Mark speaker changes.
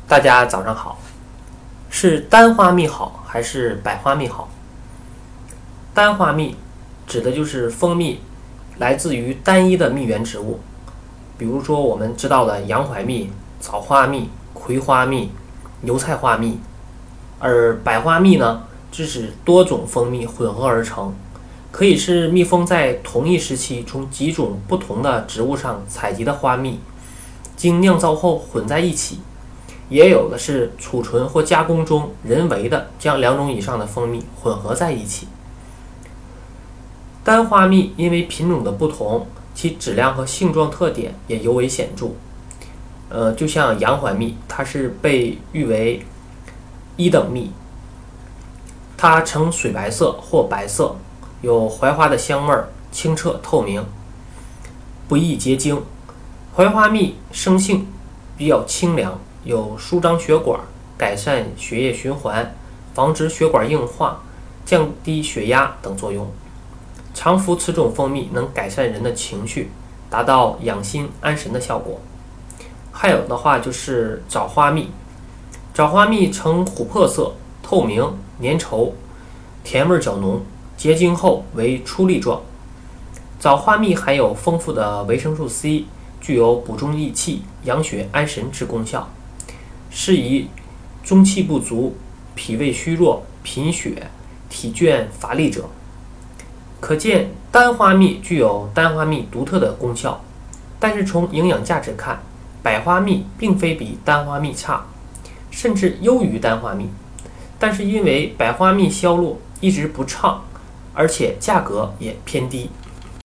Speaker 1: 大家早上好，是单花蜜好还是百花蜜好？单花蜜指的就是蜂蜜来自于单一的蜜源植物，比如说我们知道的洋槐蜜、枣花蜜、葵花蜜、油菜花蜜。而百花蜜呢，是指多种蜂蜜混合而成，可以是蜜蜂在同一时期从几种不同的植物上采集的花蜜，经酿造后混在一起。也有的是储存或加工中人为的将两种以上的蜂蜜混合在一起。单花蜜因为品种的不同，其质量和性状特点也尤为显著。就像洋槐蜜，它是被誉为一等蜜，它呈水白色或白色，有槐花的香味，清澈透明，不易结晶。槐花蜜生性比较清凉，有舒张血管、改善血液循环、防止血管硬化、降低血压等作用。常服此种蜂蜜能改善人的情绪，达到养心安神的效果。还有的话就是枣花蜜，枣花蜜呈琥珀色，透明粘稠，甜味较浓，结晶后为粗粒状。枣花蜜含有丰富的维生素 C， 具有补中益气、养血安神之功效，适宜中气不足、脾胃虚弱、贫血、体倦乏力者。可见单花蜜具有单花蜜独特的功效，但是从营养价值看，百花蜜并非比单花蜜差，甚至优于单花蜜。但是因为百花蜜销路一直不畅，而且价格也偏低。